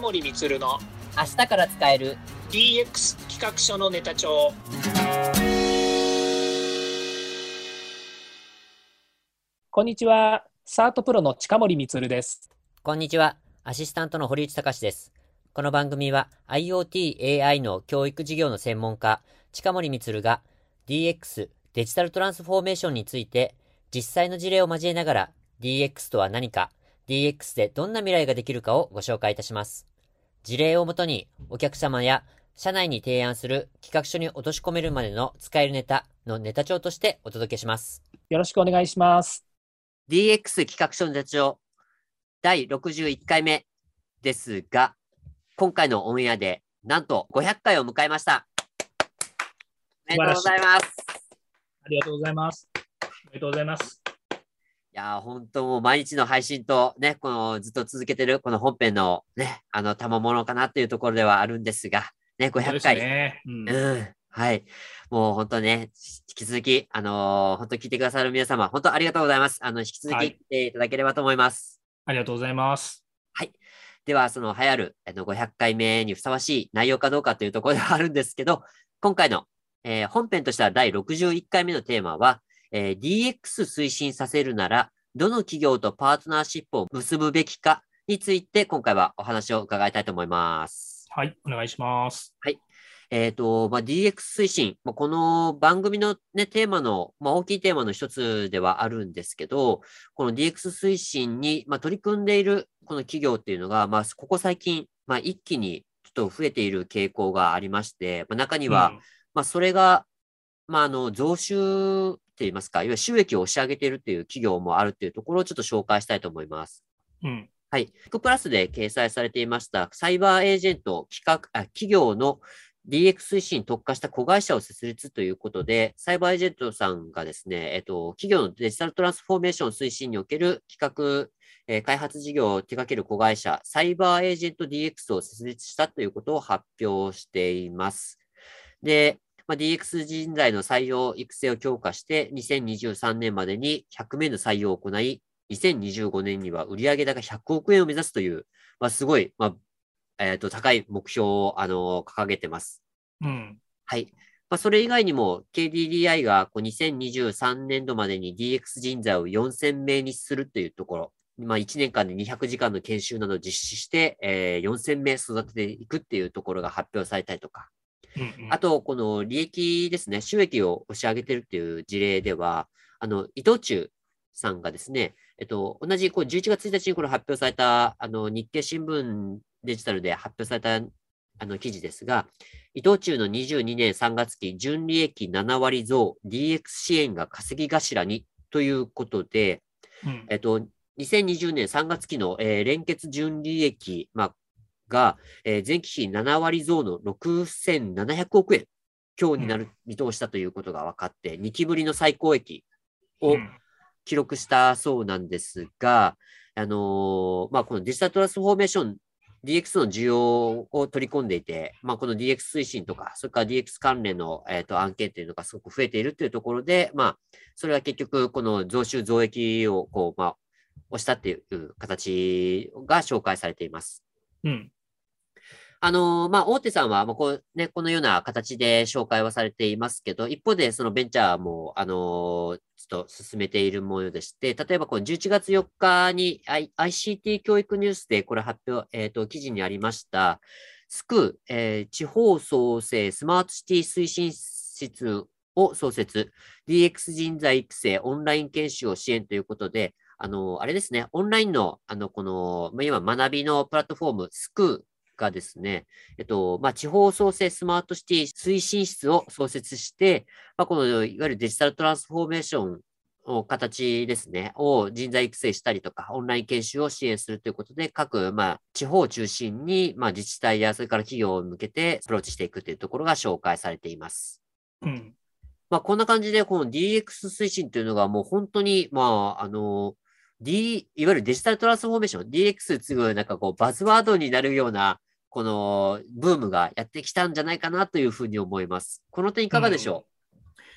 森充の明日から使える DX 企画書のネタ帳。こんにちは、サートプロの近森充です。 こんにちは、アシスタントの堀内隆です。この番組は IoT、AI の教育事業の専門家、近森充が DX、デジタルトランスフォーメーションについて実際の事例を交えながら DX とは何か、DX でどんな未来ができるかをご紹介いたします。事例をもとにお客様や社内に提案する企画書に落とし込めるまでの使えるネタのネタ帳としてお届けします。 よろしくお願いします。 DX 企画書のネタ帳第61回目ですが、今回のオンエアでなんと500回を迎えました。おめでとうございます。 ありがとうございます。おめでとうございます。 いやー、本当もう毎日の配信とね、このずっと続けてるこの本編のね、賜物かなっていうところではあるんですが、ね、500回。 ね、 はい。もう本当ね、引き続き、本当聞いてくださる皆様、本当ありがとうございます。引き続き来ていただければと思います。 ありがとうございます。 はい。では、その流行る500回目にふさわしい内容かどうかというところではあるんですけど、今回の、本編としては第61回目のテーマは、DX 推進させるなら、どの企業とパートナーシップを結ぶべきかについて、今回はお話を伺いたいと思います。 はい、お願いします。 はい。DX 推進、この番組のね、テーマの、大きいテーマの一つではあるんですけど、この DX 推進に、取り組んでいるこの企業っていうのが、ここ最近、一気にちょっと増えている傾向がありまして、中には、それが、増収って言いますか、いわゆる収益を押し上げているっていう企業もあるっていうところをちょっと紹介したいと思います。はい。テックプラスで掲載されていましたサイバーエージェント企業の DX 推進に特化した子会社を設立ということで、サイバーエージェントさんがですね、企業のデジタルトランスフォーメーション推進における企画、開発事業を手掛ける子会社、サイバーエージェント DX を設立したということを発表しています。で、DX 人材の採用育成を強化して、2023年までに100名の採用を行い、2025年には売上高100億円を目指すという、すごい、高い目標を、掲げてます。はい。それ以外にも、KDDI が2023年度までに DX 人材を4000名にするというところ、1年間で200時間の研修などを実施して、4000名育てていくっていうところが発表されたりとか、あと、この利益ですね、収益を押し上げてるっていう事例では、伊藤忠さんがですね、同じ11月1日にこれ発表された、日経新聞デジタルで発表された記事ですが、伊藤忠の22年3月期純利益7割増、DX 支援が稼ぎ頭にということで、2020年3月期の、連結純利益、が、前期比7割増の6700億円強になる見通しだということが分かって、2期ぶりの最高益を記録したそうなんですが、このデジタルトランスフォーメーション、DX の需要を取り込んでいて、この DX 推進とか、それから DX 関連の、案件というのがすごく増えているというところで、それは結局、この増収増益を押したっていう形が紹介されています。大手さんは、このような形で紹介はされていますけど、一方で、そのベンチャーも、ちょっと進めているものでして、例えば、この11月4日に、ICT 教育ニュースで、これ発表、記事にありました、スクー、地方創生スマートシティ推進室を創設、DX 人材育成、オンライン研修を支援ということで、あれですね、オンラインの、今、学びのプラットフォーム、スクー、がですね、地方創生スマートシティ推進室を創設して、このいわゆるデジタルトランスフォーメーションの形ですね、を人材育成したりとか、オンライン研修を支援するということで、各、地方を中心に、自治体やそれから企業を向けてアプローチしていくというところが紹介されています。こんな感じで、この DX 推進というのがもう本当に、いわゆるデジタルトランスフォーメーション、DX 次ぐなんかバズワードになるような、このブームがやってきたんじゃないかなというふうに思います。この点いかがでしょ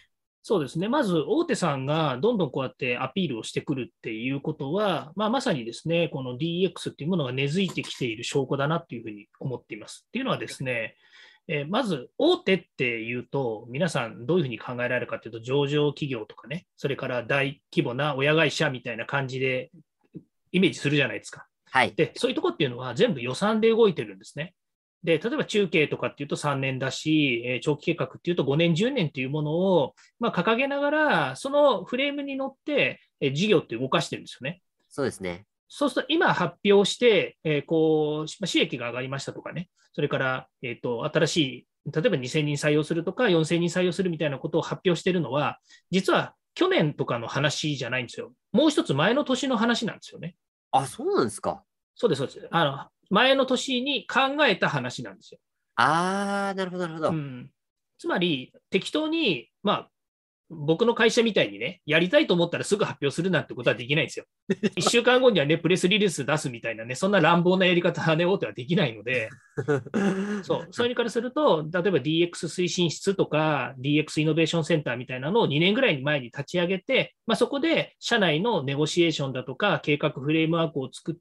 そうですね。まず、大手さんがどんどんこうやってアピールをしてくるっていうことは、まさにですね、この DX っていうものが根付いてきている証拠だなっていうふうに思っています。っていうのはですね、まず、大手っていうと、皆さんどういうふうに考えられるかというと、上場企業とかね、それから大規模な親会社みたいな感じでイメージするじゃないですか。 はい。 で、そういうところっていうのは全部予算で動いてるんですね。で、例えば中継とかっていうと3年だし、長期計画っていうと5年、10年っていうものを、掲げながら、そのフレームに乗って、事業って動かしてるんですよね。 そうですね。 そうすると今発表して、収益が上がりましたとかね、それから、新しい、例えば2000人採用するとか、4000人採用するみたいなことを発表しているのは、実は去年とかの話じゃないんですよ。もう一つ前の年の話なんですよね。 あ、そうなんですか。 そうです、そうです。前の年に考えた話なんですよ。 ああ、なるほど、なるほど。 うん。つまり、適当に、僕の会社みたいにね、やりたいと思ったらすぐ発表するなんてことはできないんですよ。1週間後にはね、プレスリリース出すみたいなね、そんな乱暴なやり方はね、大手はできないので、そう、それにからすると、例えば DX 推進室とか DX イノベーションセンターみたいなのを2年ぐらい前に立ち上げて、そこで社内のネゴシエーションだとか計画フレームワークを作って、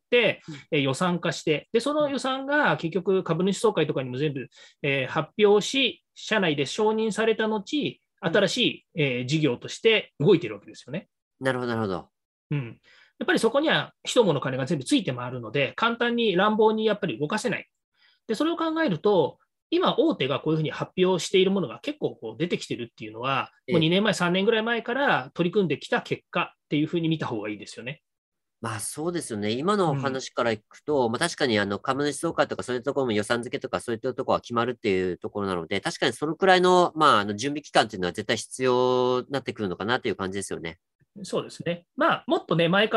予算化して、で、その予算が結局株主総会とかにも全部、発表し、社内で承認された後、新しい、事業として動いているわけですよね。 なるほど、なるほど。 うん。やっぱりそこには人もの金が全部ついて回るので、簡単に乱暴にやっぱり動かせない。で、それを考えると、今、大手がこういうふうに発表しているものが結構こう出てきてるっていうのは、もうえ、 2年前、3年ぐらい前から取り組んできた結果っていうふうに見た方がいいですよね。 まあそうですよね。今のおうん。 話からいくと、確かに株主総会とかそういうところも予算付けとかそういったところは決まるっていうところなので、確かにそのくらいの、準備期間っていうのは絶対必要になってくるのかなっていう感じですよね。 そうですね。もっとね、前から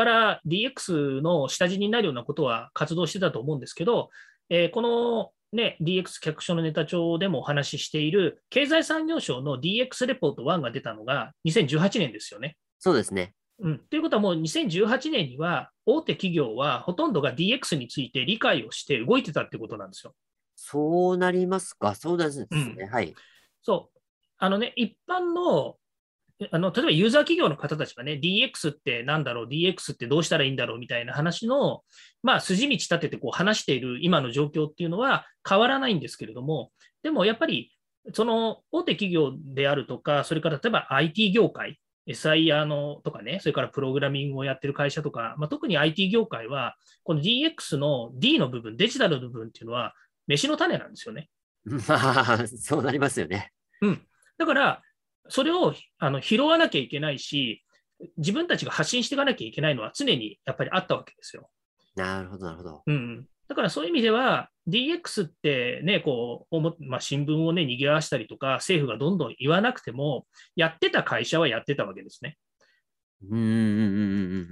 DX の下地になるようなことは活動してたと思うんですけど、このね、DX 企画書のネタ帳でもお話ししている、経済産業省の DX レポート1が出たのが2018年ですよね。 そうですね。 うん。ということはもう2018年には大手企業はほとんどが DX について理解をして動いてたってことなんですよ。 そうなりますか。そうなんですね。 うん。 はい。 そう。一般の例えばユーザー企業の方たちがね、DX ってなんだろう、DX ってどうしたらいいんだろうみたいな話の、筋道立ててこう話している今の状況っていうのは変わらないんですけれども、でもやっぱり、その大手企業であるとか、それから例えば IT 業界、SIR のとかね、それからプログラミングをやってる会社とか、特に IT 業界は、この DX の D の部分、デジタルの部分っていうのは、飯の種なんですよね。 そうなりますよね。 うん。だから、それを拾わなきゃいけないし、自分たちが発信していかなきゃいけないのは常にやっぱりあったわけですよ。 なるほど、なるほど。 うん。だからそういう意味では、DX ってね、新聞をね、賑わしたりとか、政府がどんどん言わなくても、やってた会社はやってたわけですね。 うん、うん、うん、うん、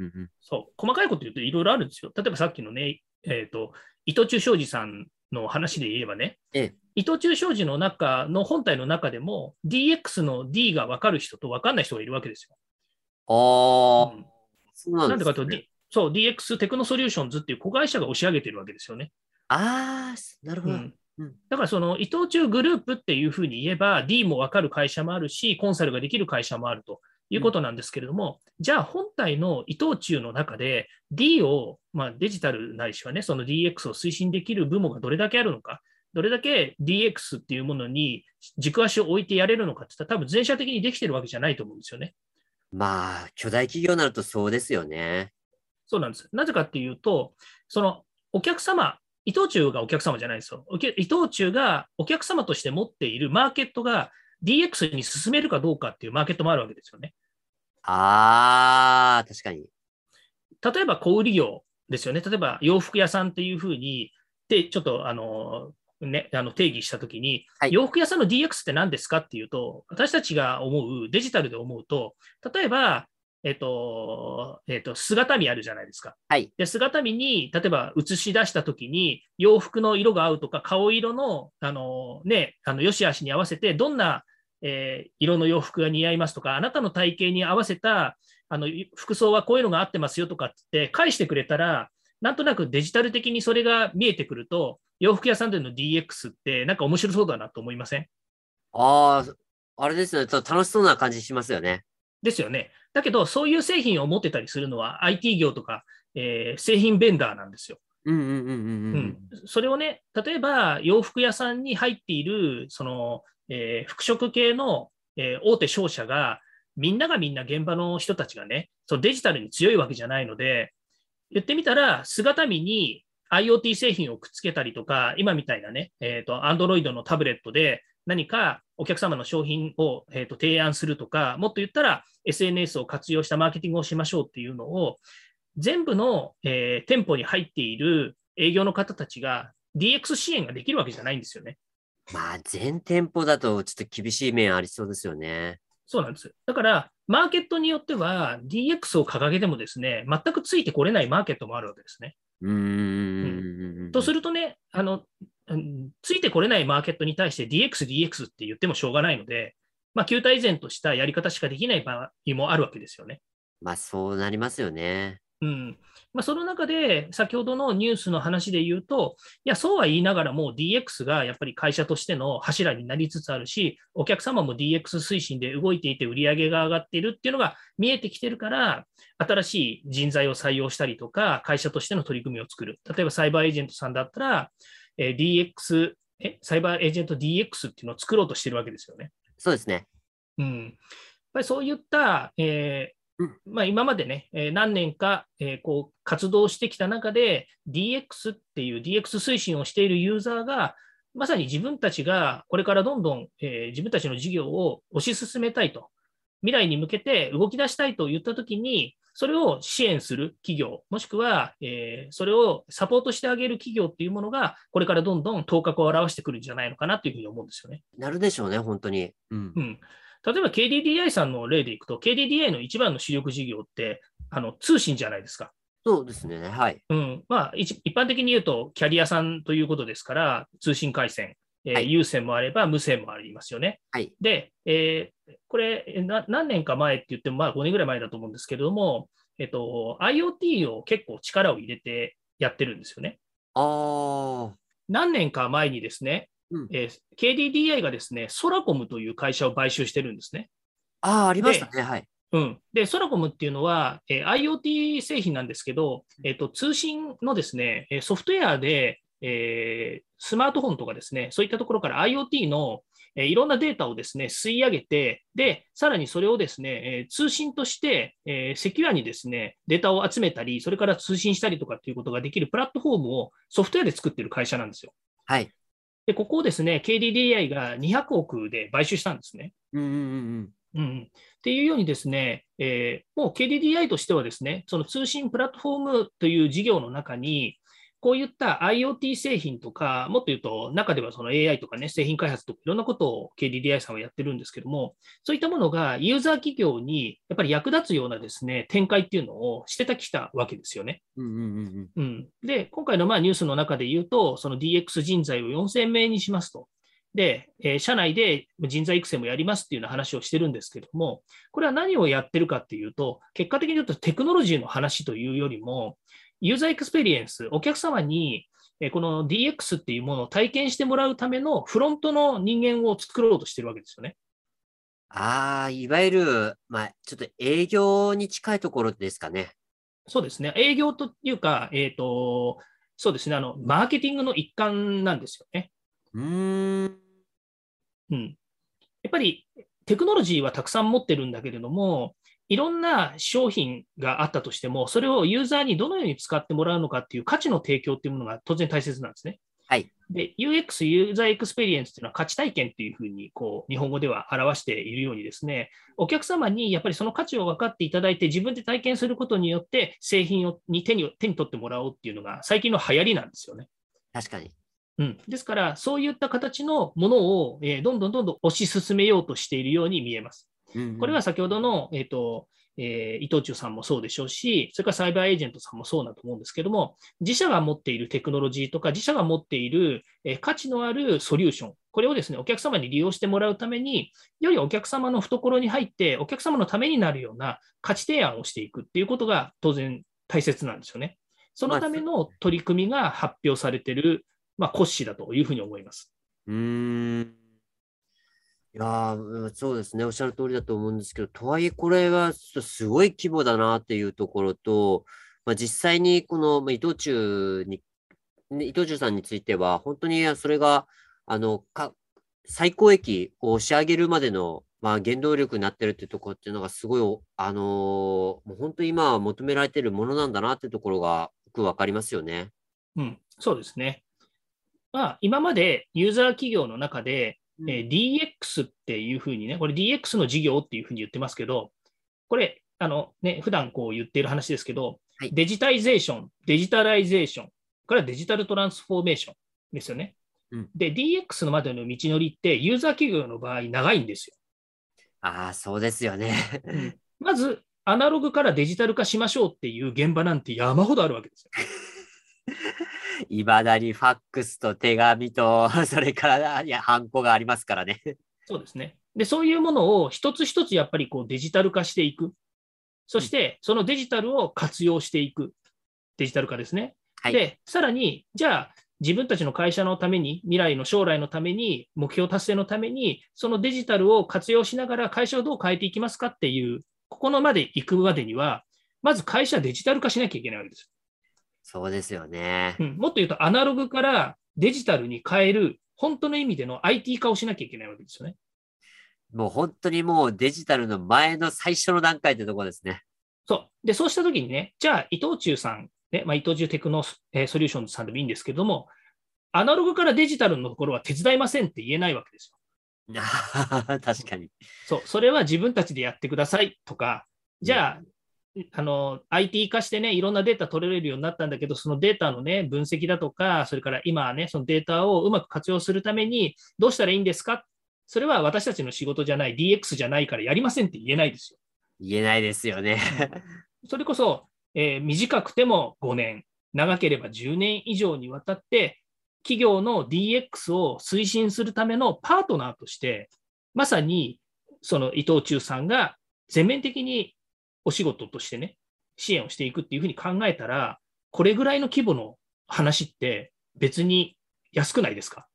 うん。 そう。細かいこと言うといろいろあるんですよ。例えばさっきのね、伊藤忠商事さんの話で言えばね、 ええ。 伊藤忠商事の中の本体の中でも DX の D が分かる人と分かんない人がいるわけですよ。うああ、 ん、 そうなんなんでかというと、 ですね。 そう、DX テクノソリューションズっていう子会社が押し上げてるわけですよね。 ああ、なるほど。 うん。 うん。 だからその伊藤忠グループっていうふうに言えば D も分かる会社もあるし、コンサルができる会社もあるといううん。 ことなんですけれども、じゃあ本体の伊藤忠の中で D を、デジタルないしはね、その DX を推進できる部門がどれだけあるのか、どれだけ DX っていうものに軸足を置いてやれるのかって言ったら、多分全社的にできてるわけじゃないと思うんですよね。 巨大企業になるとそうですよね。 そうなんです。なぜかっていうと、そのお客様、伊藤忠がお客様じゃないですよ。伊藤忠がお客様として持っているマーケットが DX に進めるかどうかっていうマーケットもあるわけですよね。 ああ、確かに。 例えば小売業ですよね。例えば洋服屋さんっていうふうに、で、ちょっと定義したときに、 はい。 洋服屋さんの DX って何ですかっていうと、私たちが思う、デジタルで思うと、例えば、姿見あるじゃないですか。 はい。 で、姿見に、例えば映し出したときに、洋服の色が合うとか、顔色の、良し悪しに合わせて、どんな、色の洋服が似合いますとか、あなたの体型に合わせた服装はこういうのが合ってますよとかって返してくれたら、なんとなくデジタル的にそれが見えてくると、洋服屋さんでの DX ってなんか面白そうだなと思いません？ ああ、 あれですね、ちょっと楽しそうな感じしますよね。 ですよね。だけど、そういう製品を持ってたりするのは IT 業とか、製品ベンダーなんですよ。 うんうんうんうんうん。 それをね、例えば洋服屋さんに入っている、服飾系の、大手商社が、みんながみんな現場の人たちがね、そのデジタルに強いわけじゃないので、言ってみたら、姿見に IoT 製品をくっつけたりとか、今みたいなね、Android のタブレットで何かお客様の商品を、提案するとか、もっと言ったら SNS を活用したマーケティングをしましょうっていうのを、全部の、店舗に入っている営業の方たちが DX 支援ができるわけじゃないんですよね。 まあ、全店舗だとちょっと厳しい面ありそうですよね。 そうなんです。だから、マーケットによっては DX を掲げてもですね、全くついてこれないマーケットもあるわけですね。 うーとすん。 るとね、ついてこれないマーケットに対して DX、DX って言ってもしょうがないので、まあ、旧態依然としたやり方しかできない場合もあるわけですよね。 まあ、そうなりますよね。 まあ、その中で、先ほどのニュースの話で言うと、いや、そうは言いながらも DX がやっぱり会社としての柱になりつつあるし、お客様も DX 推進で動いていて売り上げが上がっているっていうのが見えてきてるから、新しい人材を採用したりとか、会社としての取り組みを作る。例えばサイバーエージェントさんだったら、DX、サイバーエージェント DX っていうのを作ろうとしてるわけですよね。 そうですね。 やっぱりそういった、まあ、今までね、何年か、こう活動してきた中で DX っていう DX 推進をしているユーザーが、まさに自分たちがこれからどんどん、自分たちの事業を推し進めたいと、未来に向けて動き出したいと言ったときに、それを支援する企業、もしくは、それをサポートしてあげる企業っていうものが、これからどんどん頭角を現してくるんじゃないのかなというふうに思うんですよね。 なるでしょうね、本当に。うん。 うん、例えば KDDI さんの例でいくと、KDDI の一番の主力事業って通信じゃないですか。 そうですね。はい。 まあ、一般的に言うと、キャリアさんということですから、通信回線、 はい。 有線もあれば無線もありますよね。 はい。 で、これ何年か前って言っても、まあ5年ぐらい前だと思うんですけれども、IoT を結構力を入れてやってるんですよね。 ああ。 何年か前にですね、 うん。 KDDI がですね、ソラコムという会社を買収してるんですね。 ああ、ありましたで、 ね。はい。 で、ソラコムっていうのは、IoT 製品なんですけど、通信のですね、ソフトウェアで、スマートフォンとかですね、そういったところから IoT の、いろんなデータをですね、吸い上げて、で、さらにそれをですね、通信として、セキュアにですね、データを集めたり、それから通信したりとかっていうことができるプラットフォームをソフトウェアで作っている会社なんですよ。 はい。 で、ここをですね、KDDI が200億で買収したんですね。 うんうんうんっていうようにですね、もう KDDI としてはですね、その通信プラットフォームという事業の中に、こういった IoT 製品とか、もっと言うと、中ではその AI とかね、製品開発とか、いろんなことを KDDI さんはやってるんですけども、そういったものがユーザー企業にやっぱり役立つようなですね、展開っていうのをしてきたわけですよね。 うんうんうんうん。 で、今回のまあニュースの中で言うと、その DX 人材を4000名にしますと。で、社内で人材育成もやりますっていうような話をしてるんですけども、これは何をやってるかっていうと、結果的に言うとテクノロジーの話というよりも、ユーザーエクスペリエンス、お客様にこの DX っていうものを体験してもらうためのフロントの人間を作ろうとしてるわけですよね。 ああ、いわゆる、まあ、ちょっと営業に近いところですかね。 そうですね。営業というか、そうですね。マーケティングの一環なんですよね。 うーん。 うん。やっぱりテクノロジーはたくさん持ってるんだけれども、いろんな商品があったとしても、それをユーザーにどのように使ってもらうのかっていう価値の提供っていうものが当然大切なんですね。 はい。 で、UX、ユーザーエクスペリエンスっていうのは価値体験っていうふうに、こう、日本語では表しているようにですね、お客様にやっぱりその価値を分かっていただいて、自分で体験することによって、製品に手に取ってもらおうっていうのが最近の流行りなんですよね。 確かに。 ですから、そういった形のものを、どんどんどんどん推し進めようとしているように見えます。 うんうん。 これは先ほどの、伊藤忠さんもそうでしょうし、それからサイバーエージェントさんもそうだと思うんですけども、自社が持っているテクノロジーとか、自社が持っている、価値のあるソリューション、これをですね、お客様に利用してもらうために、よりお客様の懐に入って、お客様のためになるような価値提案をしていくっていうことが当然大切なんですよね。そのまあ、 ための取り組みが発表されている、まあ、骨子だというふうに思います。 うーん。 いやそうですね。おっしゃる通りだと思うんですけど、とはいえこれはすごい規模だなっていうところと、実際にこの、伊藤忠さんについては、本当にそれが、あの、か、最高益を仕上げるまでの、原動力になってるっていうところっていうのがすごい、もう本当に今求められてるものなんだなっていうところがよくわかりますよね。 うん、そうですね。今までユーザー企業の中で、 うん。 DX っていうふうにね、これ DX の事業っていうふうに言ってますけど、これ、普段こう言っている話ですけど、 はい。 デジタイゼーション、デジタライゼーション、からデジタルトランスフォーメーションですよね。 うん。 で、DX のまでの道のりってユーザー企業の場合長いんですよ。 ああ、そうですよね。 うん、まず、アナログからデジタル化しましょうっていう現場なんて山ほどあるわけですよ。 いまだにファックスと手紙と、それから、ハンコがありますからね。 そうですね。で、そういうものを一つ一つやっぱりこうデジタル化していく。そうん。 して、そのデジタルを活用していく。デジタル化ですね。 はい。 で、さらに、じゃあ、自分たちの会社のために、未来の将来のために、目標達成のために、そのデジタルを活用しながら会社をどう変えていきますかっていう、ここのまで行くまでには、まず会社デジタル化しなきゃいけないわけです。 そうですよね。 もっと言うと、アナログからデジタルに変える、本当の意味での IT 化をしなきゃいけないわけですよね。 もう本当にもうデジタルの前の最初の段階ってところですね。 そう。で、そうしたときにね、じゃあ、伊藤忠さん、ね、伊藤忠テクノ、ソリューションズさんでもいいんですけども、アナログからデジタルのところは手伝いませんって言えないわけですよ。 確かに。 そう、それは自分たちでやってくださいとか、 うん。 じゃあ、IT 化してね、いろんなデータ取れるようになったんだけど、そのデータのね、分析だとか、それから今はね、そのデータをうまく活用するために、どうしたらいいんですか？それは私たちの仕事じゃない、DX じゃないからやりませんって言えないですよ。 言えないですよね。 うん、それこそ、短くても5年、長ければ10年以上にわたって、企業の DX を推進するためのパートナーとして、まさにその伊藤忠さんが全面的にお仕事としてね、支援をしていくっていうふうに考えたら、これぐらいの規模の話って別に安くないですか？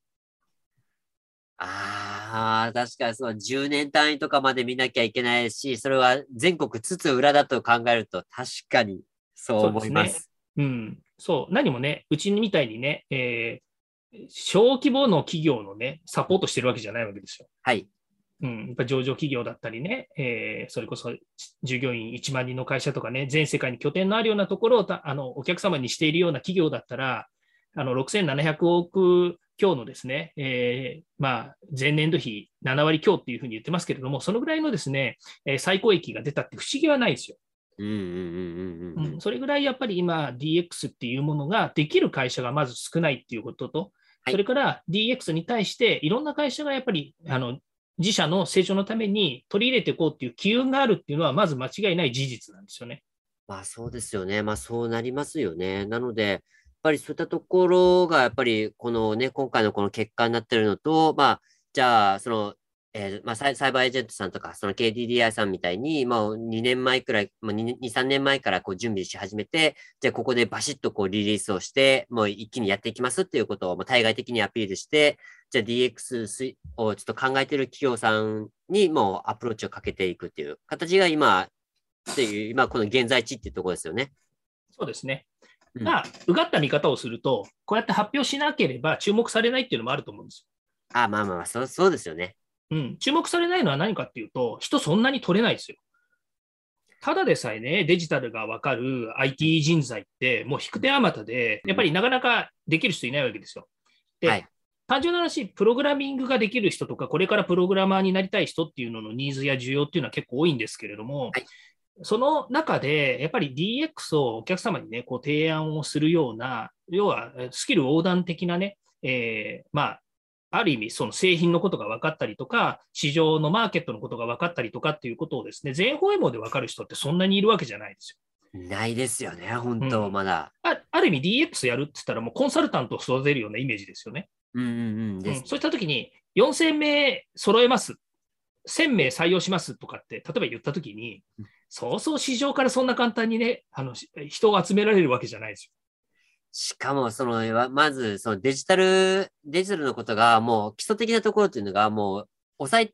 ああ、確かにそう、10年単位とかまで見なきゃいけないし、それは全国津々浦々と考えると確かにそうそうですね。 思います。 うん。そう。何もね、うちみたいにね、小規模の企業のね、サポートしてるわけじゃないわけですよ。 はい。 うん、やっぱ上場企業だったりね、それこそ従業員1万人の会社とかね、全世界に拠点のあるようなところをお客様にしているような企業だったら、6700億強のですね、前年度比7割強っていうふうに言ってますけれども、そのぐらいのですね、最高益が出たって不思議はないですよ。 うんうんうんうんうんうん。 それぐらいやっぱり今 DX っていうものができる会社がまず少ないっていうことと、 はい。 それから DX に対していろんな会社がやっぱり自社の成長のために取り入れていこうっていう機運があるっていうのはまず間違いない事実なんですよね。 そうですよね。そうなりますよね。なので、やっぱりそういったところが、やっぱりこのね、今回のこの結果になってるのと、じゃあ、サイバーエージェントさんとか、その KDDI さんみたいに、2年前くらい、2、3年前からこう準備し始めて、じゃあここでバシッとこうリリースをして、もう一気にやっていきますっていうことをもう対外的にアピールして、じゃあ DX をちょっと考えてる企業さんにもうアプローチをかけていくっていう形が今、っていう、今この現在地っていうところですよね。 そうですね。 うん。 うがった見方をすると、こうやって発表しなければ注目されないっていうのもあると思うんですそうですよね。 よ。注目されないのは何かっていうと、人そんなに取れないですよ。ただでさえね、デジタルがわかるはい。 IT 人材って、もう引く手あまたで、 うん。 やっぱりなかなかできる人いないわけですよ。で、 はい。 単純な話、プログラミングができる人とか、これからプログラマーになりたい人っていうののニーズや需要っていうのは結構多いんですけれども、 はい。 その中で、やっぱり DX をお客様にね、こう提案をするような、要はスキル横断的なね、ある意味、その製品のことが分かったりとか、市場のマーケットのことが分かったりとかっていうことをですね、全方位網で分かる人ってそんなにいるわけじゃないですないですよね、本よ。 当まだ。 ある意味 DX やるって言ったらもうコンサルタントを育てるようなイメージですよね。 うんうんうんですね。 そういったときに4000名揃えます、1000名採用しますとかって、例えば言ったときに、そうそう市場からそんな簡単にね、人を集められるわけじゃないですよ。 しかも、まず、そのデジタルのことが、もう基礎的なところっていうのが、もう、抑え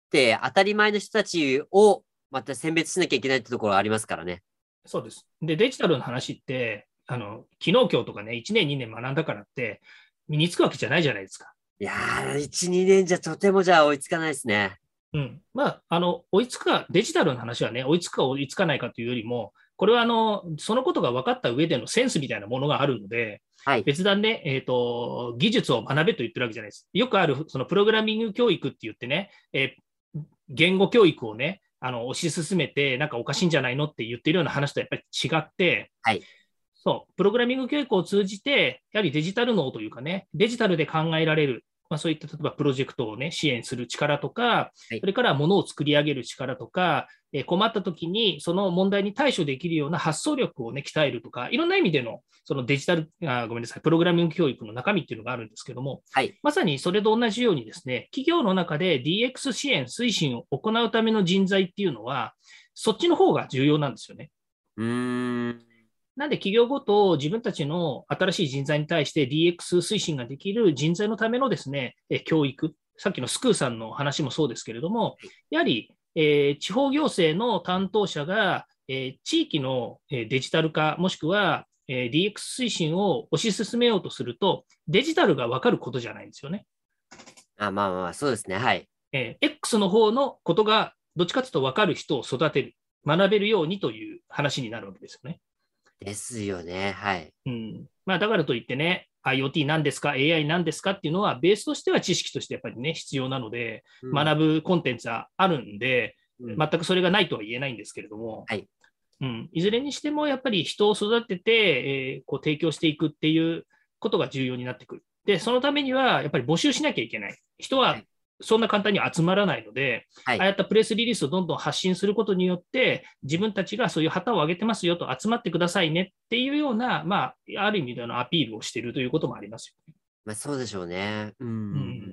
って当たり前の人たちをまた選別しなきゃいけないってところがありますからね。 そうです。で、デジタルの話って、昨日今日とかね、1年2年学んだからって、身につくわけじゃないじゃないですか。 いやー、1、2年じゃとてもじゃあ追いつかないですね。 うん。まあ、追いつくか、デジタルの話はね、追いつくか追いつかないかというよりも、これはそのことが分かった上でのセンスみたいなものがあるので、 はい。 別段ね、技術を学べと言ってるわけじゃないです。よくある、そのプログラミング教育って言ってね、言語教育をね、推し進めて、なんかおかしいんじゃないのって言ってるような話とやっぱり違って、 はい。 そう、プログラミング教育を通じて、やはりデジタル脳というかね、デジタルで考えられる、まあ、そういった例えばプロジェクトを、ね、支援する力とか、 はい。 それからものを作り上げる力とか、困った時にその問題に対処できるような発想力を、ね、鍛えるとか、いろんな意味でのそのデジタルごめんなさい、プログラミング教育の中身っていうのがあるんですけども、 はい。 まさにそれと同じようにですね、企業の中で DX 支援、推進を行うための人材っていうのは、そっちの方が重要なんですよね。 うーん。 なんで企業ごと自分たちの新しい人材に対して DX 推進ができる人材のためのですね、教育、さっきのスクーさんの話もそうですけれども、やはり、地方行政の担当者が、地域のデジタル化、もしくは、DX 推進を推し進めようとすると、デジタルが分かることじゃないんですよね。 あ、まあまあ、そうですね。はい。 X の方のことがどっちかというと分かる人を育てる、学べるようにという話になるわけですよね。 ですよね。はい。 うん。まあ、だからといってね、IoT 何ですか、AI 何ですかっていうのは、ベースとしては知識としてやっぱりね、必要なので、 うん。 学ぶコンテンツはあるんで、 うん。 全くそれがないとは言えないんですけれども、 はい。 うん、いずれにしてもやっぱり人を育てて、こう提供していくっていうことが重要になってくる。で、そのためにはやっぱり募集しなきゃいけない。人ははい。 そんな簡単に集まらないので、 はい。 ああやったプレスリリースをどんどん発信することによって、自分たちがそういう旗を上げてますよと、集まってくださいねっていうような、まあ、ある意味でのアピールをしているということもありますよね。 まあ、そうでしょうね。うん。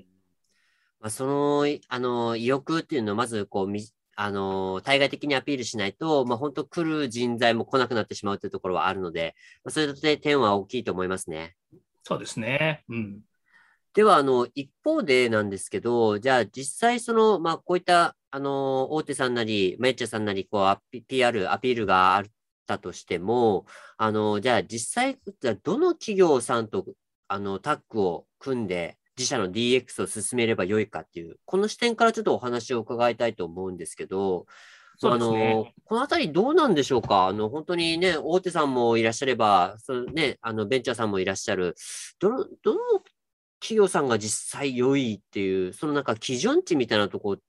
うん、 まあ、その、意欲っていうのをまず、こう、対外的にアピールしないと、まあ、本当来る人材も来なくなってしまうというところはあるので、まあ、それで点は大きいと思いますね。 そうですね。うん。 では、一方でなんですけど、じゃあ実際まあ、こういった、大手さんなり、メッチャさんなり、こう、PR、アピールがあったとしても、じゃあ実際、じゃあどの企業さんと、タッグを組んで、自社の DX を進めればよいかっていう、この視点からちょっとお話を伺いたいと思うんですけど、まあ、 そうですね。 このあたりどうなんでしょうか。本当にね、大手さんもいらっしゃれば、ね、ベンチャーさんもいらっしゃる。どの企業さんが実際良いっていう、そのなんか基準値みたいなところって、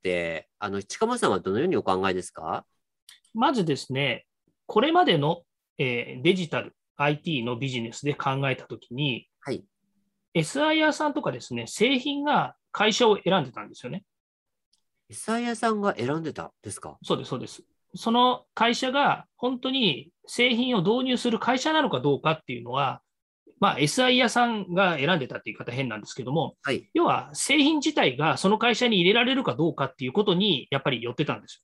近間さんはどのようにお考えですか？ まずですね、これまでの、デジタル、IT のビジネスで考えたときに、 はい。 SIR さんとかですね、製品が会社を選んでたんですよね。 エサイヤさんが選んでたですか？ そうです、そうです。その会社が本当に製品を導入する会社なのかどうかっていうのは、まあ、SI 屋さんが選んでたって言い方変なんですけども、 はい。 要は製品自体がその会社に入れられるかどうかっていうことにやっぱり寄ってたんですよ。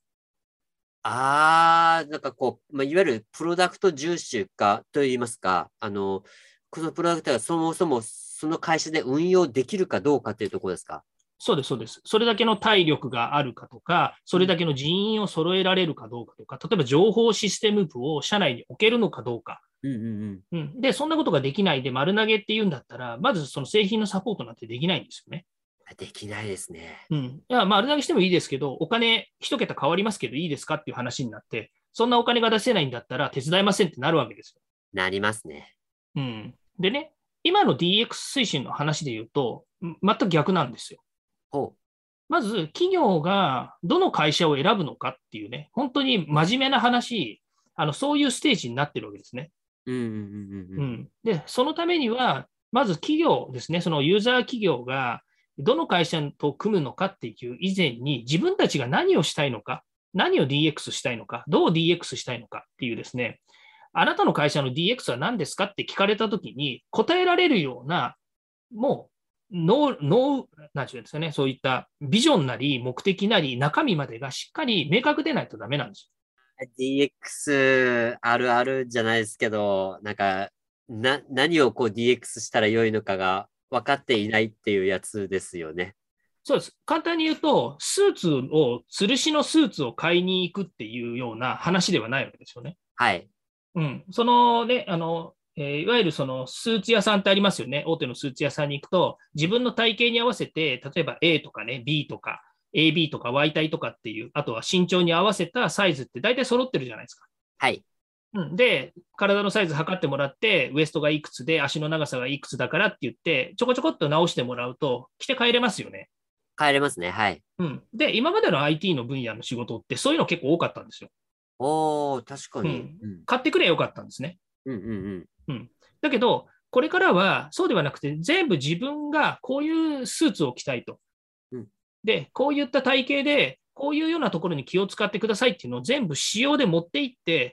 なんかこう、まあ、いわゆるプロダクト重視化といいますか、このプロダクトがそもそもその会社で運用できるかどうかっていうところですか？ そうです、そうです。それだけの体力があるかとか、それだけの人員を揃えられるかどうかとか、例えば情報システム部を社内に置けるのかどうか。 うんうんうん。 うん、で、そんなことができないで丸投げっていうんだったら、まずその製品のサポートなんてできないんですよね。 できないですね。 うん。いや、丸投げしてもいいですけど、お金一桁変わりますけどいいですかっていう話になって、そんなお金が出せないんだったら手伝いませんってなるわけですよ。 なりますね。 うん。でね、今の DX 推進の話で言うと、全く逆なんですよ。 ほまず、企業がどの会社を選ぶのかっていうね、本当に真面目な話、そういうステージになってるわけですね。 う。うんうんうんうんうん。 うん。で、そのためには、まず企業ですね、そのユーザー企業がどの会社と組むのかっていう以前に、自分たちが何をしたいのか、何を DX したいのか、どう DX したいのかっていうですね、あなたの会社の DX は何ですかって聞かれたときに答えられるような、もう、なんていうんですかね、そういったビジョンなり目的なり中身までがしっかり明確でないとダメなんです。 DX あるあるじゃないですけど、なんか、何をこう DX したら良いのかが分かっていないっていうやつですよね。 そうです。簡単に言うと、吊るしのスーツを買いに行くっていうような話ではないわけですよね。 はい。 うん。そのね、いわゆるそのスーツ屋さんってありますよね。大手のスーツ屋さんに行くと、自分の体型に合わせて、例えば A とかね、B とか、AB とか Y 体とかっていう、あとは身長に合わせたサイズって大体揃ってるじゃないですか。 はい。 うん、で、体のサイズ測ってもらって、ウエストがいくつで、足の長さがいくつだからって言って、ちょこちょこっと直してもらうと、着て帰れますよね。 帰れますね。はい。 うん。で、今までの IT の分野の仕事って、そういうの結構多かったんですよ。 おー、確かに。 うん。 うん。 買ってくればよかったんですね。 うんうんうん。 うん。だけど、これからはそうではなくて、全部自分がこういうスーツを着たいと。 うん。 で、こういった体型で、こういうようなところに気を使ってくださいっていうのを全部仕様で持っていって、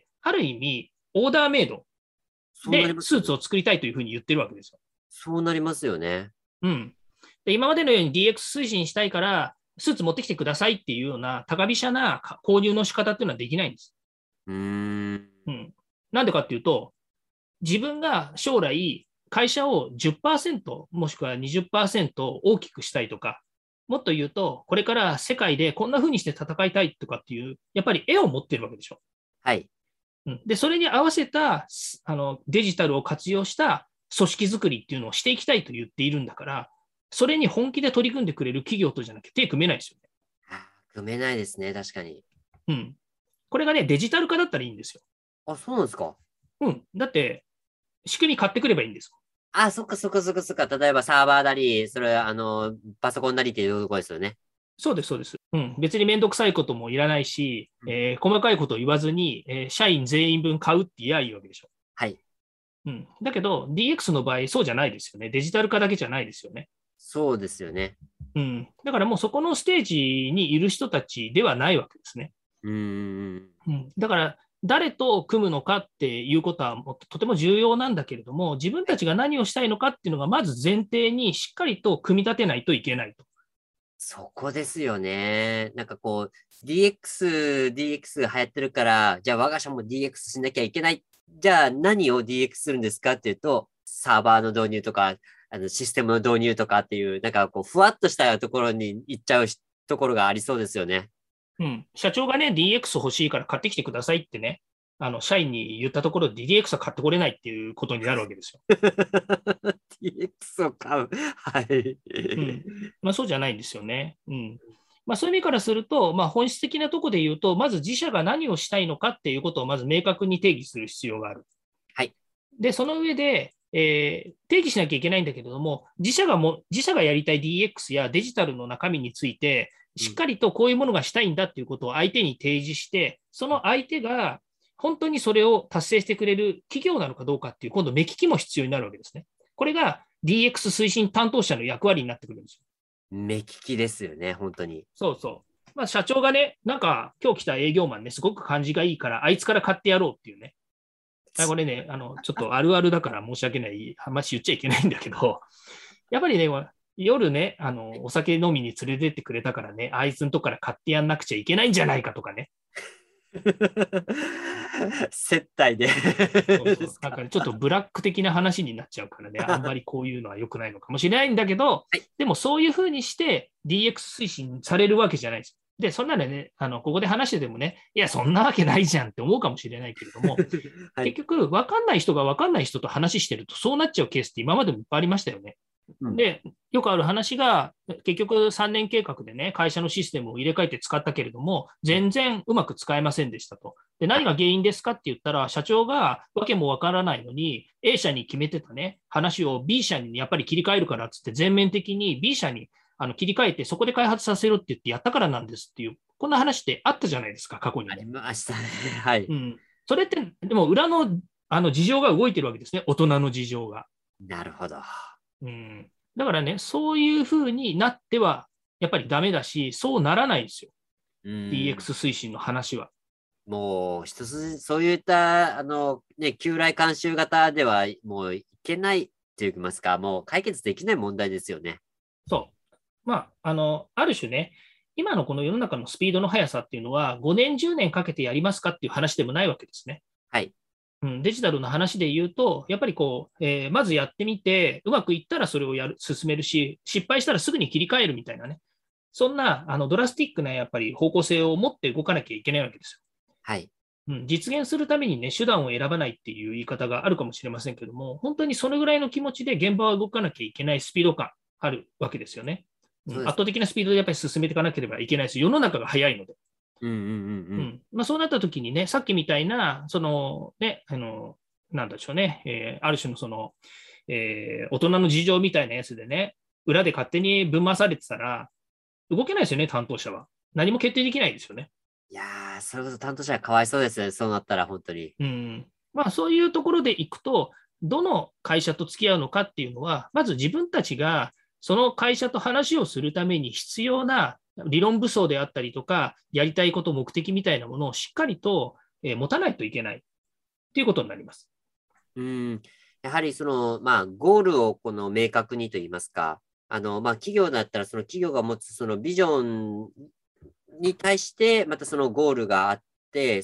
ある意味、オーダーメイドそうなりでますよね。 スーツを作りたいというふうに言ってるわけですよ。 そうなりますよね。 うん。で、今までのように DX 推進したいから、スーツ持ってきてくださいっていうような高飛車な購入の仕方っていうのはできないんです。 うーん。 うん。なんでかっていうと、自分が将来、会社を10%もしくは20%大きくしたいとか、もっと言うと、これから世界でこんな風にして戦いたいとかっていう、やっぱり絵を持ってるわけでしょ。 はい。 うん、で、それに合わせたデジタルを活用した組織づくりっていうのをしていきたいと言っているんだから、それに本気で取り組んでくれる企業とじゃなきゃ手組めないですよね。 組めないですね。確かに。 うん。これがね、デジタル化だったらいいんですよ。 あ、そうなんですか。 うん。だって、仕組み買ってくればいいんです。 あ、そっかそっかそっかそっか。例えばサーバーなり、それ、パソコンなりっていうところですよね。 そうです、そうです。うん。別にめんどくさいこともいらないし、細かいことを言わずに、社員全員分買うって言えばいいわけでしょ。 はい。 うん。だけど、DX の場合、そうじゃないですよね。デジタル化だけじゃないですよね。 そうですよね。 うん。だからもうそこのステージにいる人たちではないわけですね。 うーん。 うん。だから、誰と組むのかっていうことはとても重要なんだけれども、自分はい。 たちが何をしたいのかっていうのがまず前提にしっかりと組み立てないといけないと。 そこですよね。なんかこう、DX 流行ってるから、じゃあ我が社も DX しなきゃいけない。じゃあ何を DX するんですかっていうと、サーバーの導入とか、システムの導入とかっていう、なんかこう、ふわっとしたところに行っちゃうところがありそうですよね。 うん。社長がね、DX 欲しいから買ってきてくださいってね、社員に言ったところで DX は買ってこれないっていうことになるわけですよ。 DX を買う。はい。 うん。まあそうじゃないんですよね。うん。まあそういう意味からすると、まあ本質的なところで言うと、まず自社が何をしたいのかっていうことをまず明確に定義する必要がある。 はい。 で、その上で、定義しなきゃいけないんだけれども、自社がやりたい DX やデジタルの中身について、 うん。 しっかりとこういうものがしたいんだっていうことを相手に提示して、その相手が本当にそれを達成してくれる企業なのかどうかっていう、今度目利きも必要になるわけですね。これが DX 推進担当者の役割になってくるんですよ。 目利きですよね、本当に。 そうそう。まあ、社長がね、なんか今日来た営業マンね、すごく感じがいいから、あいつから買ってやろうっていうね。これね、ちょっとあるあるだから申し訳ない、話言っちゃいけないんだけど、やっぱりね、夜ね、お酒飲みに連れてってくれたからね、あいつのとこから買ってやんなくちゃいけないんじゃないかとかね。 接待でそうそう。 ですか。 なんかね、ちょっとブラック的な話になっちゃうからね、あんまりこういうのは良くないのかもしれないんだけど、 はい。 でもそういうふうにして DX 推進されるわけじゃないです。で、そんなのね、ここで話しててもね、いや、そんなわけないじゃんって思うかもしれないけれども、 はい。 結局、分かんない人が分かんない人と話してると、そうなっちゃうケースって今までもいっぱいありましたよね。 うん。 で、よくある話が、結局3年計画でね、会社のシステムを入れ替えて使ったけれども、全然うまく使えませんでしたと。で、何が原因ですかって言ったら、社長がわけもわからないのに、A 社に決めてたね、話を B 社にやっぱり切り替えるからっつって、全面的に B 社に切り替えて、そこで開発させるって言ってやったからなんですっていう、こんな話ってあったじゃないですか、過去にありも。 ましたね。はい。 うん。それって、でも裏の事情が動いてるわけですね、大人の事情が。 なるほど。 うん。だからね、そういうふうになっては、やっぱりダメだし、そうならないんですよ。 うん。 DX 推進の話は。 もう、そういった、旧来慣習型では、もういけないって言いますか、もう解決できない問題ですよね。 そう。まあ、ある種ね、今のこの世の中のスピードの速さっていうのは、5年、10年かけてやりますかっていう話でもないわけですね。 はい。 うん、デジタルの話で言うと、やっぱりこう、まずやってみて、うまくいったらそれを進めるし、失敗したらすぐに切り替えるみたいなね。 そんなドラスティックなやっぱり方向性を持って動かなきゃいけないわけですよ。 はい。 実現するためにね、手段を選ばないっていう言い方があるかもしれませんけども、本当にそのぐらいの気持ちで現場は動かなきゃいけないスピード感あるわけですよね。 そうです。 圧倒的なスピードでやっぱり進めていかなければいけないし、世の中が早いので。 うんうんうんそうなった時にね、さっきみたいな、そのね、なんでしょうね、ある種のその、大人の事情みたいなやつでね、裏で勝手にぶん回されてたら、動けないですよね、担当者は。何も決定できないですよね。 いやー、それこそ担当者はかわいそうですね。そうなったら本当に。 そういうところでいくと、どの会社と付き合うのかっていうのは、まず自分たちがその会社と話をするために必要な理論武装であったりとか、やりたいこと、目的みたいなものをしっかりと持たないといけないっていうことになります。 うん。やはりその、ゴールをこの明確にと言いますか、企業だったらその企業が持つそのビジョンに対して、またそのゴールがあって、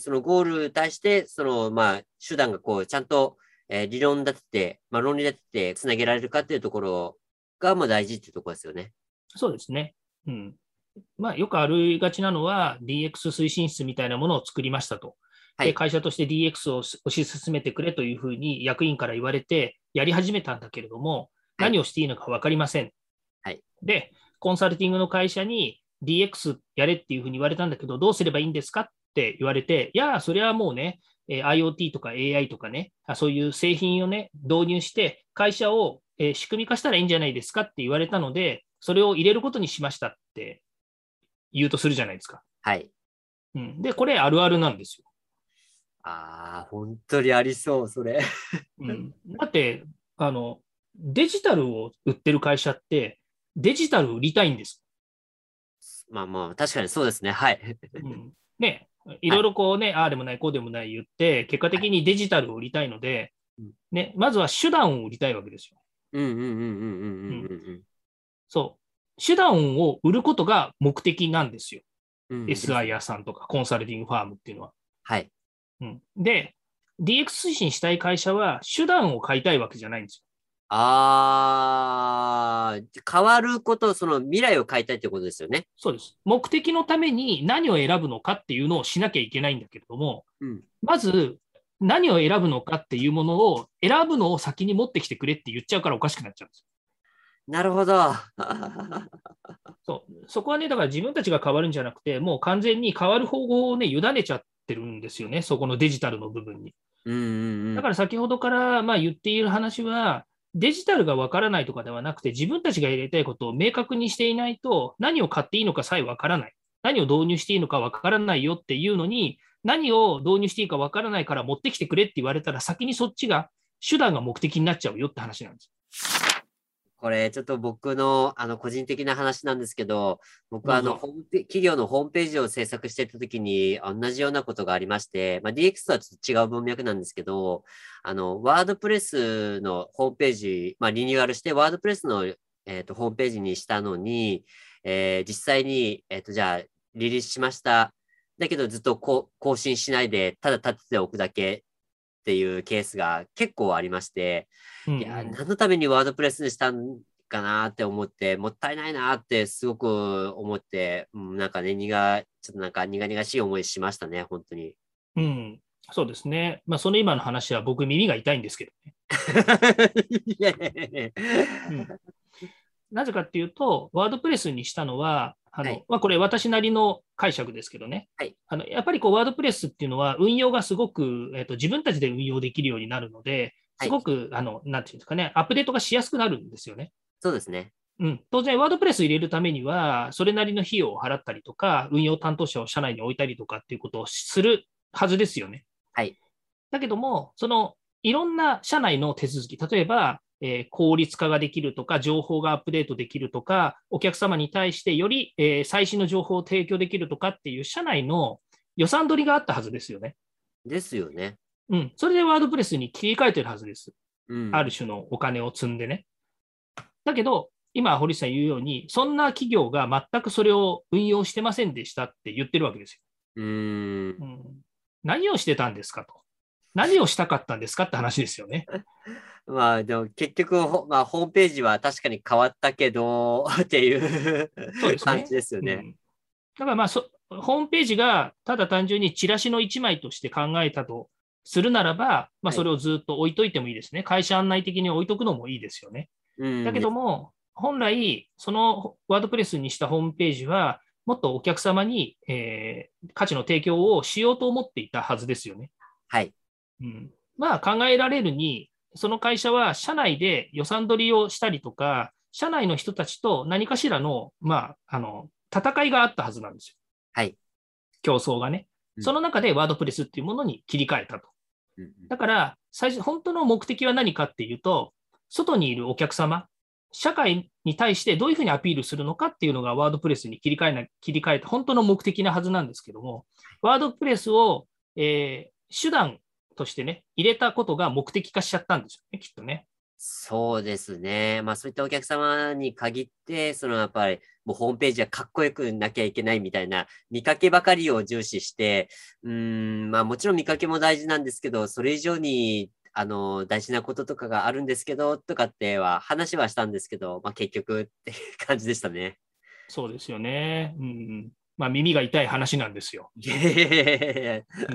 そのゴールに対して、その、手段がこう、ちゃんと、理論立てて、論理立ててつなげられるかっていうところが、大事っていうところですよね。 そうですね。よくありがちなのは DX 推進室みたいなものを作りましたと。で、 はい。 会社として DX を推し進めてくれというふうに役員から言われてやり始めたんだけれども、 はい。 何をしていいのか分かりません。 はい。 で、コンサルティングの会社に DX やれっていうふうに言われたんだけど、どうすればいいんですかって言われて、いや、それはもうね、IoT とか AI とかね、そういう製品をね、導入して、会社を仕組み化したらいいんじゃないですかって言われたので、それを入れることにしましたって言うとするじゃないですか。 はい。 で、これあるあるなんですよ。 ああ、本当にありそう、それ。 だって、デジタルを売ってる会社って、デジタル売りたいんです。 確かにそうですね。はい。 ね、いはい。 ろいろこうね、ああでもない、こうでもない言って、結果はい。 的にデジタルを売りたいので、 うんね、まずは手段を売りたいわけですよ。 うんうんうんうんうんうん、 うんうんそう。手段を売ることが目的なんですよ。 うん。うんです。 SIR さんとかコンサルティングファームっていうのは。 はい。 で、DX 推進したい会社は手段を買いたいわけじゃないんですよ。 変わること、その未来を変えたいってことですよね。 そうです。目的のために何を選ぶのかっていうのをしなきゃいけないんだけれども、 うん。 まず何を選ぶのかっていうものを選ぶのを先に持ってきてくれって言っちゃうからおかしくなっちゃうんです。 なるほど。 そこはね、だから自分たちが変わるんじゃなくて、もう完全に変わる方法をね、委ねちゃってるんですよね、そこのデジタルの部分に。 うんうんうん。 だから先ほどから言っている話は、デジタルがわからないとかではなくて、自分たちがやりたいことを明確にしていないと、何を買っていいのかさえわからない。何を導入していいのかわからないよっていうのに、何を導入していいかわからないから持ってきてくれって言われたら、先にそっちが、手段が目的になっちゃうよって話なんです。 これ、ちょっと僕の、個人的な話なんですけど、僕は、 どうぞ。 企業のホームページを制作していたときに、同じようなことがありまして、DX とはちょっと違う文脈なんですけど、ワードプレスのホームページ、リニューアルして、ワードプレスの、ホームページにしたのに、実際に、じゃあ、リリースしました。だけど、ずっと更新しないで、ただ立てておくだけっていうケースが結構ありまして、 うんういや、 ん。 何のためにワードプレスにしたんかなって思って、もったいないなってすごく思って、なんかね、ちょっとなんか苦々しい思いしましたね、本当に。 うん。そうですね。その今の話は僕耳が痛いんですけどね。 いやいやいやいうん。 やなぜかっていうと、ワードプレスにしたのは、 はい、 これ私なりの解釈ですけどね。 はい、 やっぱりこうワードプレスっていうのは運用がすごく、自分たちで運用できるようになるので、 はい、 すごく、なんていうんですかね、アップデートがしやすくなるんですよね。 そうですね。 当然、ワードプレス入れるためには、それなりの費用を払ったりとか、運用担当者を社内に置いたりとかっていうことをするはずですよね。 はい、 だけども、いろんな社内の手続き、例えば、効率化ができるとか、情報がアップデートできるとか、お客様に対してより、最新の情報を提供できるとかっていう社内の予算取りがあったはずですよね。 ですよね。 それでワードプレスに切り替えてるはずです。 うん。 ある種のお金を積んでね。だけど、今、堀さん言うように、そんな企業が全くそれを運用してませんでしたって言ってるわけですうーよ。 ん。 何をしてたんですかと。何をしたかったんですかって話ですよね。 まあでも結局、まあホームページは確かに変わったけど、っていうそうです感じね。 ですよね。 うん。だからまあホームページがただ単純にチラシの1枚として考えたとするならば、まあ、 はい。 それをずっと置いといてもいいですね。会社案内的に置いとくのもいいですよね。だけうん。 ども、本来、そのワードプレスにしたホームページは、もっとお客様に、価値の提供をしようと思っていたはずですよね。 はい。 うん、まあ考えられるに、その会社は社内で予算取りをしたりとか、社内の人たちと何かしらの、まあ、戦いがあったはずなんですよ。 はい。 競争がね。 うん。 その中でワードプレスっていうものに切り替えたと。 うん。 だから、最初、本当の目的は何かっていうと、外にいるお客様、社会に対してどういうふうにアピールするのかっていうのがワードプレスに切り替えた本当の目的なはずなんですけども、ワードプレスを、手段としてね、入れたことが目的化しちゃったんですよね、きっとね。 そうですね。まあそういったお客様に限って、やっぱりもうホームページはかっこよくなきゃいけないみたいな見かけばかりを重視して、まあもちろん見かけも大事なんですけど、それ以上に大事なこととかがあるんですけど、とかっては話はしたんですけど、まあ結局っていう感じでしたね。 そうですよね。うん、まあ、耳が痛い話なんですよ。 いやいやいやいやいや。 うん、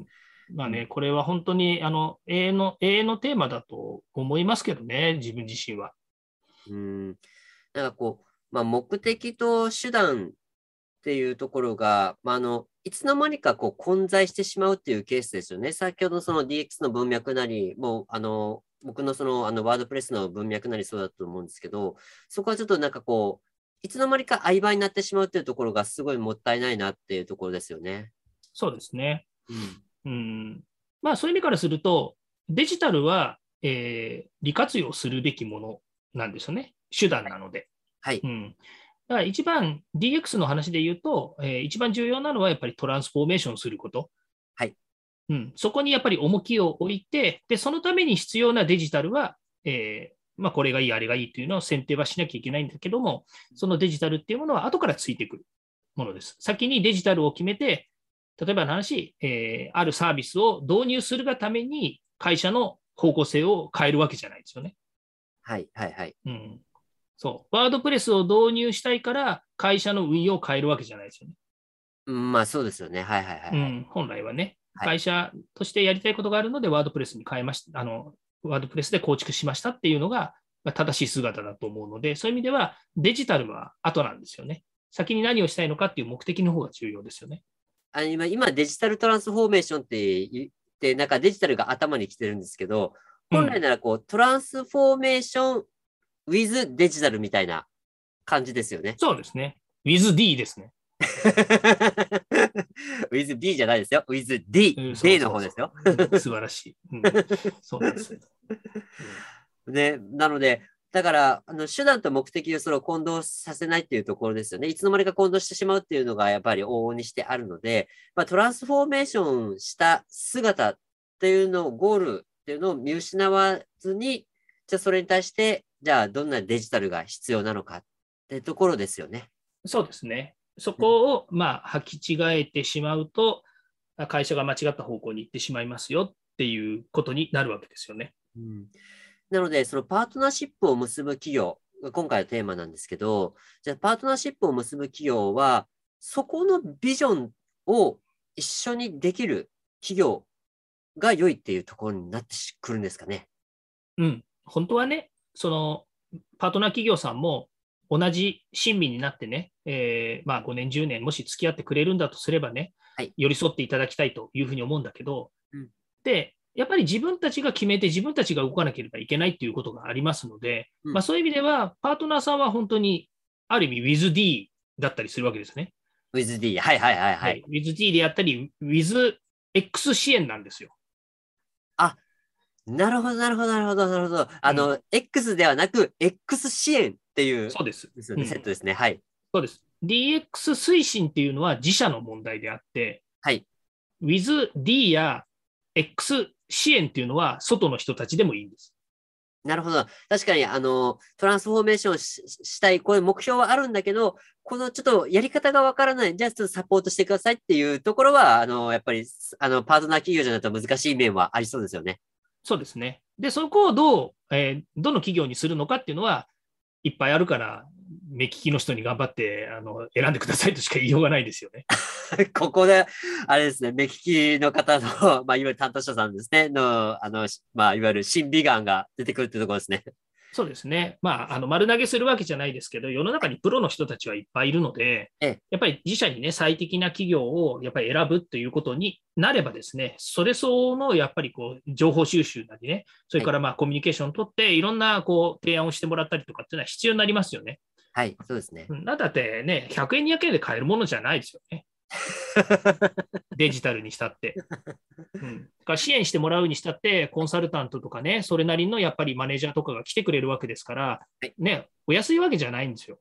まあね、 うん。 これは本当に永遠のテーマだと思いますけどね、自分自身は。 うん。なんかこう、まあ目的と手段っていうところが、まあ、いつの間にかこう混在してしまうっていうケースですよね。先ほどその DX の文脈なり、もう僕のワードプレスの文脈なりそうだと思うんですけど、そこはちょっとなんかこう、いつの間にか曖昧になってしまうっていうところがすごいもったいないなっていうところですよね。 そうですね。 うん。 うん、まあ、そういう意味からすると、デジタルは、利活用するべきものなんですよね。手段なので。 はい。 うん。だから一番 DX の話で言うと、一番重要なのはやっぱりトランスフォーメーションすること。 はい。 うん、そこにやっぱり重きを置いて、で、そのために必要なデジタルは、まあ、これがいい、あれがいいというのを選定はしなきゃいけないんだけども、そのデジタルっていうものは後からついてくるものです。先にデジタルを決めて、例えばの話、あるサービスを導入するがために会社の方向性を変えるわけじゃないですよね。 はい。はい。はい。 うん。そう。ワードプレスを導入したいから会社の運用を変えるわけじゃないですよね。 うん、まあそうですよね。はい。はい。はい。はい。 うん。本来はね。 はい。 会社としてやりたいことがあるので、ワードプレスに変えました。ワードプレスで構築しましたっていうのが正しい姿だと思うので、そういう意味ではデジタルは後なんですよね。先に何をしたいのかっていう目的の方が重要ですよね。 今デジタルトランスフォーメーションって言って、なんかデジタルが頭に来てるんですけど、本来うん。 ならこう、トランスフォーメーション with デジタルみたいな感じですよね。 そうですね。with D ですね。 with B じゃないですよ。with D。 うん、そう D のそうそ方ですよ。 う。うん、素晴らしい。うん、そうなんですよ。うん、 ね、なので、だから、手段と目的をそれを混同させないっていうところですよね。いつの間にか混同してしまうっていうのがやっぱり往々にしてあるので、まあ、トランスフォーメーションした姿っていうのを、ゴールっていうのを見失わずに、じゃあそれに対して、じゃあどんなデジタルが必要なのかっていうところですよね。 そうですね。そうん。 こを、まあ、履き違えてしまうと、会社が間違った方向に行ってしまいますよっていうことになるわけですよね。 うん。なので、そのパートナーシップを結ぶ企業が今回のテーマなんですけど、じゃあパートナーシップを結ぶ企業は、そこのビジョンを一緒にできる企業が良いっていうところになってくるんですかね。 うん。本当はね、その、パートナー企業さんも同じ親身になってね、まあ5年、10年、もし付き合ってくれるんだとすればね、 はい。 寄り添っていただきたいというふうに思うんだけど、 うん。 で、やっぱり自分たちが決めて自分たちが動かなければいけないっていうことがありますので、 うん。 まあ、そういう意味では、パートナーさんは本当に、ある意味 with D だったりするわけですね。 with D。はいはいはいはい。 はい。with D であったり、with X 支援なんですよ。 あ、なるほどなるほどなるほどなるほど。 うん。 X ではなく、X 支援っていうそうです。 ですよね、セッうん。 トですね。はい。 そうです。DX 推進っていうのは自社の問題であって、 はい。 with D や X 支援っていうのは外の人たちでもいいんです。 なるほど。確かに、トランスフォーメーションしたい、こういう目標はあるんだけど、このちょっとやり方がわからない、じゃあちょっとサポートしてくださいっていうところは、やっぱり、パートナー企業じゃないと難しい面はありそうですよね。 そうですね。で、そこをどの企業にするのかっていうのはいっぱいあるから、目利きの人に頑張って選んでくださいとしか言いようがないですよね。 ここで、あれですね、目利きの方の、いわゆる担当者さんですね、いわゆる審美眼が出てくるっていうところですね。 そうですね。丸投げするわけじゃないですけど、世の中にプロの人たちはいっぱいいるので、やっぱり自社にね、最適な企業をやっぱり選ぶということになればですね、それ相応のやっぱり情報収集なりね、それからコミュニケーションを取って、いろんな提案をしてもらったりとかっていうのは必要になりますよね。 はい、そうですね。 だってね、100円、200円で買えるものじゃないですよね。デジタルにしたって。支援してもらうにしたって、コンサルタントとかね、それなりのやっぱりマネージャーとかが来てくれるわけですから、ね、お安いわけじゃないんですよ。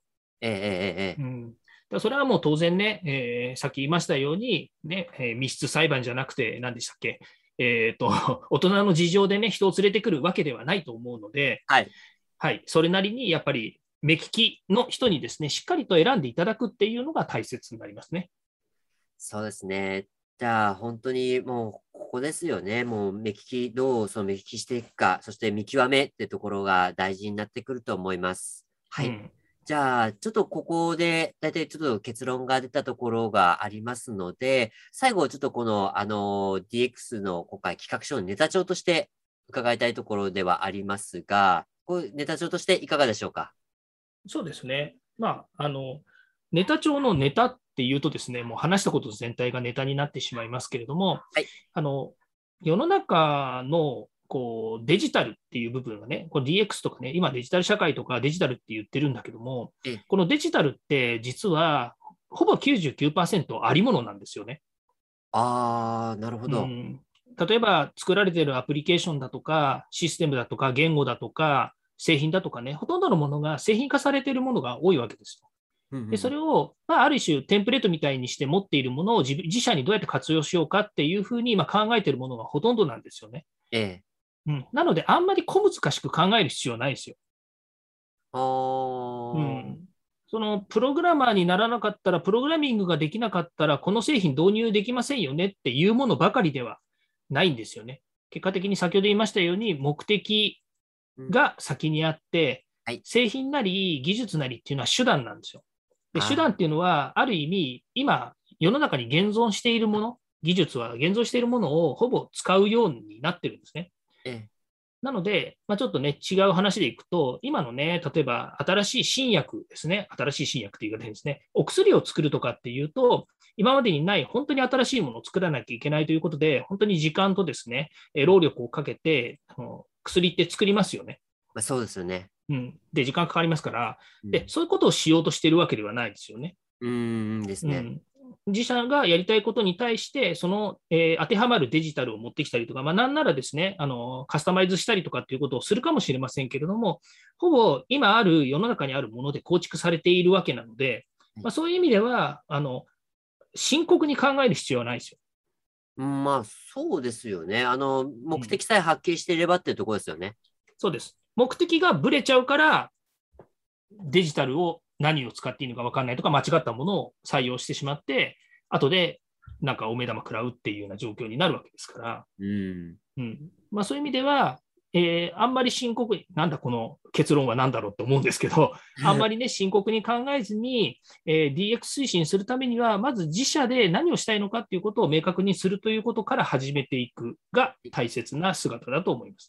それはもう当然ね、さっき言いましたように、ね、密室裁判じゃなくて、何でしたっけ、大人の事情でね、人を連れてくるわけではないと思うので、それなりにやっぱり目利きの人にですね、しっかりと選んでいただくっていうのが大切になりますね。 そうですね。じゃあ、本当にもう、ここですよね。もう、どうその目利きしていくか、そして見極めってところが大事になってくると思います。はい。じゃあ、ちょっとここで、大体ちょっと結論が出たところがありますので、最後、ちょっとこの、DX の今回企画書のネタ帳として伺いたいところではありますが、ネタ帳としていかがでしょうか？ そうですね。ネタ帳のネタっていうとですね、もう話したこと全体がネタになってしまいますけれども、世の中のデジタルっていう部分がね、DX とかね、今デジタル社会とかデジタルって言ってるんだけども、このデジタルって実はほぼ 99% ありものなんですよね。 なるほど。 例えば作られているアプリケーションだとか、システムだとか、言語だとか、製品だとかね、ほとんどのものが製品化されているものが多いわけですよ。でそれを、ある種テンプレートみたいにして持っているものを自社にどうやって活用しようかっていうふうに考えているものがほとんどなんですよね。なので、あんまり小難しく考える必要はないですよ。そのプログラマーにならなかったら、プログラミングができなかったら、この製品導入できませんよねっていうものばかりではないんですよね。結果的に先ほど言いましたように、目的が先にあって、製品なり技術なりっていうのは手段なんですよ。で手段っていうのは、ある意味、今、世の中に現存しているもの、技術は現存しているものをほぼ使うようになってるんですね。なので、ちょっとね、違う話でいくと、今のね、例えば新しい新薬ですね、新しい新薬という言い方ですね、お薬を作るとかっていうと、今までにない本当に新しいものを作らなきゃいけないということで、本当に時間とですね、労力をかけて、薬って作りますよね。 そうですよね。 で、時間かかりますから、で、そういうことをしようとしているわけではないですよね。 ですね。 自社がやりたいことに対して、その、当てはまるデジタルを持ってきたりとか、なんならですね、カスタマイズしたりとかっていうことをするかもしれませんけれども、ほぼ今ある世の中にあるもので構築されているわけなので、そういう意味では、深刻に考える必要はないですよ。 そうですよね。目的さえはっきりしていればっていうところですよね。 そうです。目的がぶれちゃうから、デジタルを何を使っていいのか分かんないとか、間違ったものを採用してしまって、後でなんかお目玉食らうっていうような状況になるわけですから、そういう意味では、あんまり深刻に、なんだこの結論は何だろうと思うんですけど、あんまりね、深刻に考えずに、DX 推進するためには、まず自社で何をしたいのかっていうことを明確にするということから始めていくが大切な姿だと思います。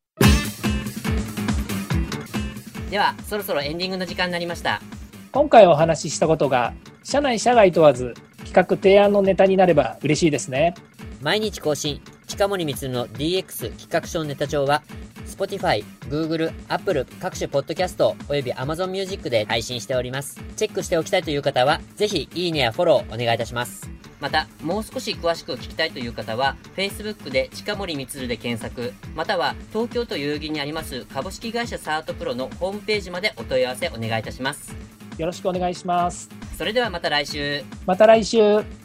では、そろそろエンディングの時間になりました。 今回お話ししたことが、社内社外問わず、企画提案のネタになれば嬉しいですね。 毎日更新、近森光の DX 企画書ネタ帳は、Spotify、Google、Apple 各種ポッドキャストおよび Amazon Music で配信しております。チェックしておきたいという方は、ぜひいいねやフォローお願いいたします。また、もう少し詳しく聞きたいという方は、Facebook で近森光で検索、または東京都代々木にあります株式会社サートプロのホームページまでお問い合わせお願いいたします。 よろしくお願いします。 それではまた来週。 また来週。